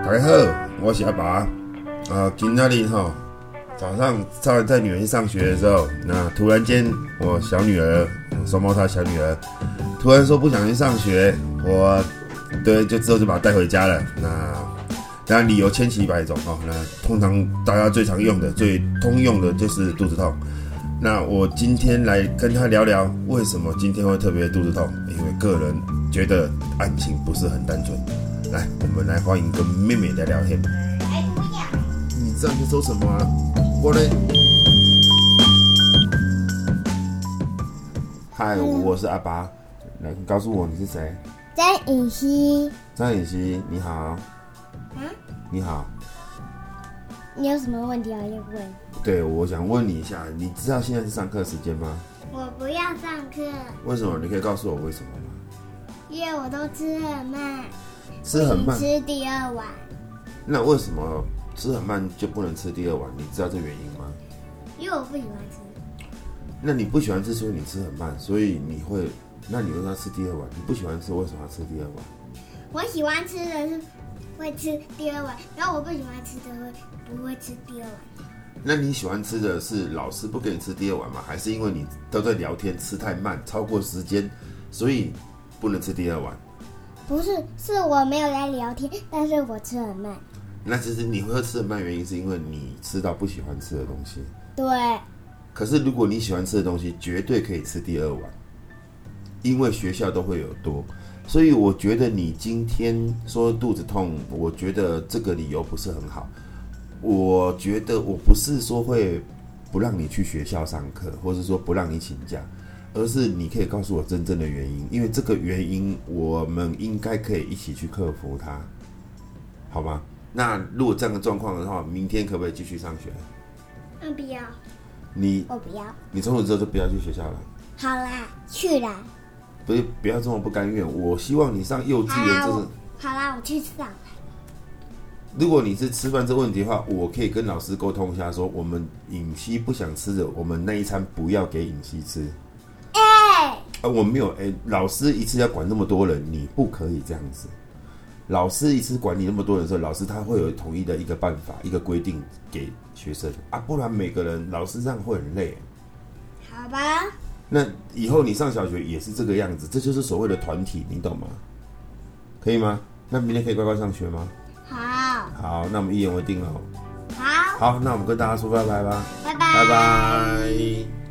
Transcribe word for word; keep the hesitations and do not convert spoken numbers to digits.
大家好，我是阿爸。啊、呃，今天哈早上在在女儿上学的时候，那突然间我小女儿双胞胎小女儿突然说不想去上学，我对就之后就把她带回家了。那当然理由千奇百种哦。那通常大家最常用的、最通用的就是肚子痛。那我今天来跟她聊聊，为什么今天会特别肚子痛？因为个人觉得案情不是很单纯。来，我们来欢迎跟妹妹聊聊天。 哎，不要！ 你这样在说什么啊？我呢？嗨，我是阿爸。来，告诉我你是谁？ 张颖熙。 张颖熙，你好。 啊？ 你好。 你有什么问题要问？ 对，我想问你一下，你知道现在是上课时间吗？ 我不要上课。 为什么？你可以告诉我为什么吗？ 因为我都吃很慢。 吃很慢。 吃第二碗。 那为什么吃很慢就不能吃第二碗？你知道这原因吗？ 因为我不喜欢吃。 那你不喜欢吃，所以你吃很慢，所以你会，那你为什么要吃第二碗？你不喜欢吃，为什么要吃第二碗？ 我喜欢吃的是会吃第二碗，然后我不喜欢吃的会不会吃第二碗。 那你喜欢吃的是老师不给你吃第二碗吗？还是因为你都在聊天吃太慢，超过时间，所以不能吃第二碗？ 不是，是我没有在聊天，但是我吃很慢。 那其实你会吃很慢，原因是因为你吃到不喜欢吃的东西。 对。 可是如果你喜欢吃的东西，绝对可以吃第二碗，因为学校都会有多。所以我觉得你今天说肚子痛，我觉得这个理由不是很好。我觉得我不是说会不让你去学校上课，或是说不让你请假，而是你可以告诉我真正的原因，因为这个原因我们应该可以一起去克服它，好吗？那如果这样的状况的话，明天可不可以继续上学？ 嗯，不要。 你我不要。 你从此之后就不要去学校了。 好啦，去啦。 不是，不要这么不甘愿。我希望你上幼稚园，这是好啦，我去上。 如果你是吃饭这问题的话，我可以跟老师沟通一下，说我们颖熙不想吃的，我们那一餐不要给颖熙吃。 哎、欸， 啊，我没有哎、欸，老师一次要管那么多人，你不可以这样子。老师一次管理那么多人的时候，老师他会有统一的一个办法、一个规定给学生啊，不然每个人老师这样会很累。 好吧。 那以后你上小学也是这个样子，这就是所谓的团体，你懂吗？可以吗？那明天可以乖乖上学吗？ 好。 好，那我们一言为定了。 好。 好，那我们跟大家说拜拜吧。 拜拜。 拜拜。